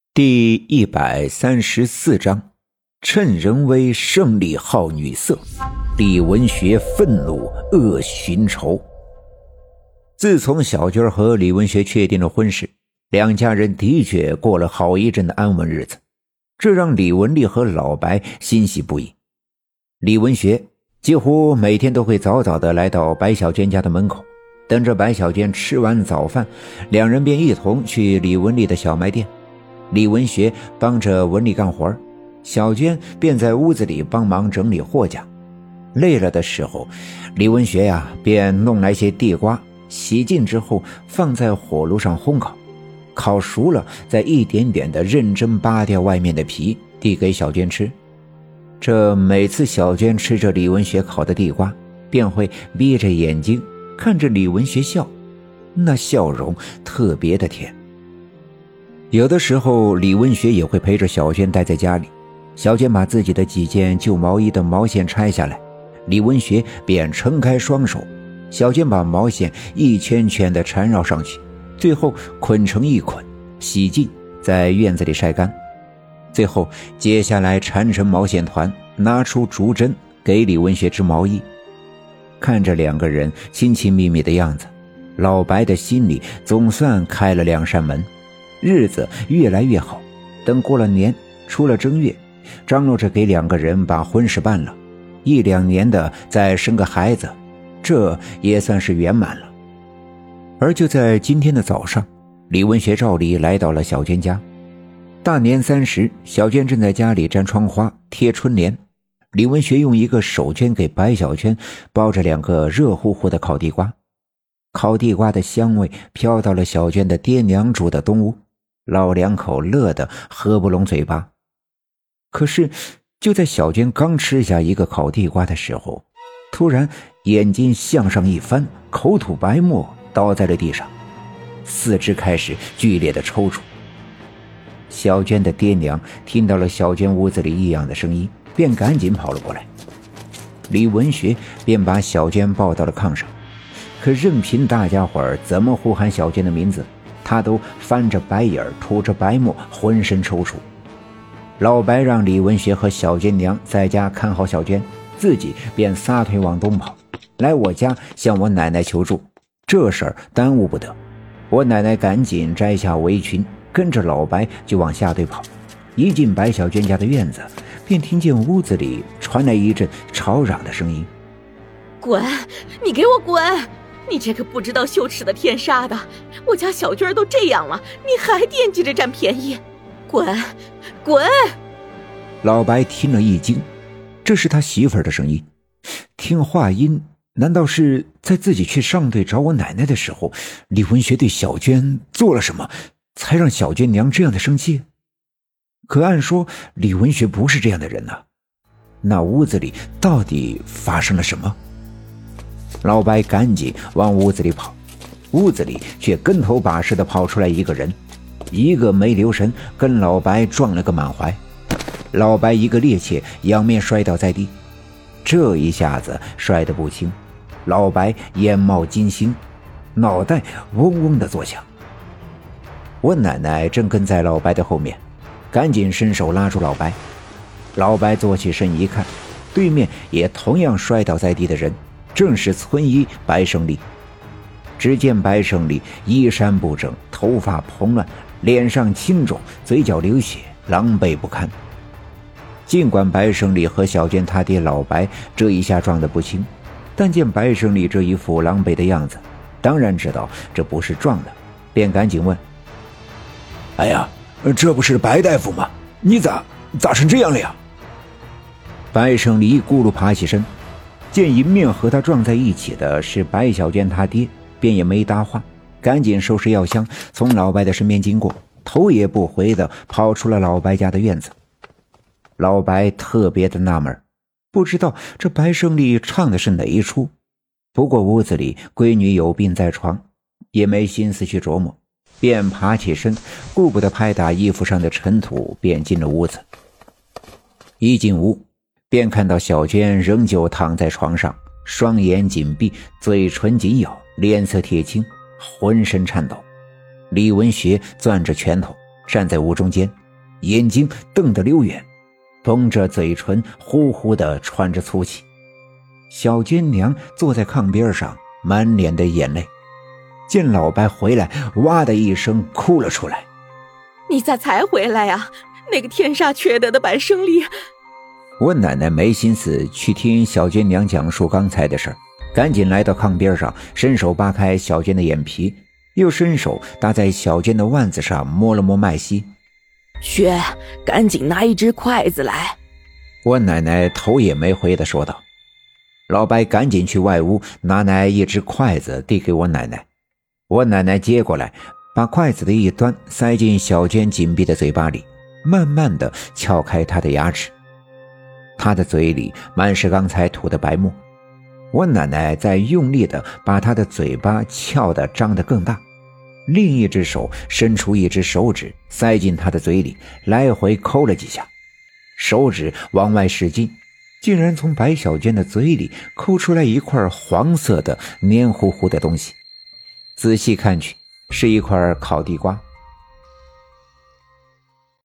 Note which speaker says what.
Speaker 1: 第134章，趁人危胜利号女色，李文学愤怒恶寻仇。自从小军和李文学确定了婚事，两家人的确过了好一阵的安稳日子，这让李文丽和老白欣喜不已。李文学几乎每天都会早早地来到白小娟家的门口，等着白小娟吃完早饭，两人便一同去李文丽的小卖店。李文学帮着文丽干活，小娟便在屋子里帮忙整理货架。累了的时候，李文学便弄来些地瓜，洗净之后放在火炉上烘烤，烤熟了再一点点的认真扒掉外面的皮，递给小娟吃。这每次小娟吃着李文学烤的地瓜，便会闭着眼睛看着李文学笑，那笑容特别的甜。有的时候李文学也会陪着小娟待在家里，小娟把自己的几件旧毛衣的毛线拆下来，李文学便撑开双手，小娟把毛线一圈圈地缠绕上去，最后捆成一捆，洗净，在院子里晒干。最后接下来缠成毛线团，拿出竹针给李文学织毛衣。看着两个人亲亲密密的样子，老白的心里总算开了两扇门，日子越来越好。等过了年，出了正月，张罗着给两个人把婚事办了，1、2年的再生个孩子，这也算是圆满了。而就在今天的早上，李文学照例来到了小娟家。大年30，小娟正在家里粘窗花贴春联，李文学用一个手绢给白小娟包着2个热乎乎的烤地瓜。烤地瓜的香味飘到了小娟的爹娘住的东屋，老两口乐得合不拢嘴巴。可是就在小娟刚吃下一个烤地瓜的时候，突然眼睛向上一翻，口吐白沫，倒在了地上，四肢开始剧烈的抽搐。小娟的爹娘听到了小娟屋子里异样的声音，便赶紧跑了过来。李文学便把小娟抱到了炕上，可任凭大家伙儿怎么呼喊小娟的名字，她都翻着白眼，吐着白沫，浑身抽搐。老白让李文学和小娟娘在家看好小娟，自己便撒腿往东跑，来我家向我奶奶求助。这事儿耽误不得，我奶奶赶紧摘下围裙，跟着老白就往下队跑。一进白小娟家的院子，便听见屋子里传来一阵吵嚷的声音：
Speaker 2: 滚！你给我滚！你这个不知道羞耻的天杀的，我家小娟都这样了，你还惦记着占便宜，滚滚！
Speaker 1: 老白听了一惊，这是他媳妇儿的声音。听话音，难道是在自己去上队找我奶奶的时候，李文学对小娟做了什么，才让小娟娘这样的生气？可按说李文学不是这样的人啊，那屋子里到底发生了什么？老白赶紧往屋子里跑，屋子里却跟头把式的跑出来一个人，一个没留神跟老白撞了个满怀，老白一个趔趄，仰面摔倒在地。这一下子摔得不轻，老白眼冒金星，脑袋嗡嗡地作响。我奶奶正跟在老白的后面，赶紧伸手拉住老白。老白坐起身一看，对面也同样摔倒在地的人，正是村医白胜利。只见白胜利衣衫不整，头发蓬乱，脸上青肿，嘴角流血，狼狈不堪。尽管白胜利和小娟他爹老白这一下撞得不轻，但见白胜利这一副狼狈的样子，当然知道这不是撞的，便赶紧问：
Speaker 3: 哎呀，这不是白大夫吗？你咋成这样了呀？
Speaker 1: 白胜利咕噜爬起身，见迎面和他撞在一起的是白小娟他爹，便也没搭话，赶紧收拾药箱，从老白的身边经过，头也不回的跑出了老白家的院子。老白特别的纳闷，不知道这白胜利唱的是哪一出，不过屋子里闺女有病在床，也没心思去琢磨，便爬起身，顾不得拍打衣服上的尘土，便进了屋子。一进屋，便看到小娟仍旧躺在床上，双眼紧闭，嘴唇紧咬，脸色铁青，浑身颤抖。李文学攥着拳头站在屋中间， 眼睛瞪得溜圆，绷着嘴唇，呼呼地喘着粗气。小娟娘坐在炕边上，满脸的眼泪，见老白回来，哇的一声哭了出来。
Speaker 2: 你咋才回来呀？那个天煞缺德的板生理。
Speaker 1: 我奶奶没心思去听小娟娘讲述刚才的事儿，赶紧来到炕边上，伸手扒开小娟的眼皮，又伸手搭在小娟的腕子上摸了摸脉息。
Speaker 2: 薛，赶紧拿一只筷子来。
Speaker 1: 我奶奶头也没回地说道。老白赶紧去外屋拿来一只筷子递给我奶奶，我奶奶接过来，把筷子的一端塞进小娟紧闭的嘴巴里，慢慢地撬开她的牙齿。她的嘴里满是刚才吐的白沫，我奶奶在用力地把她的嘴巴撬得张得更大，另一只手伸出一只手指塞进她的嘴里，来回抠了几下，手指往外使劲，竟然从白小娟的嘴里抠出来一块黄色的黏糊糊的东西，仔细看去是一块烤地瓜。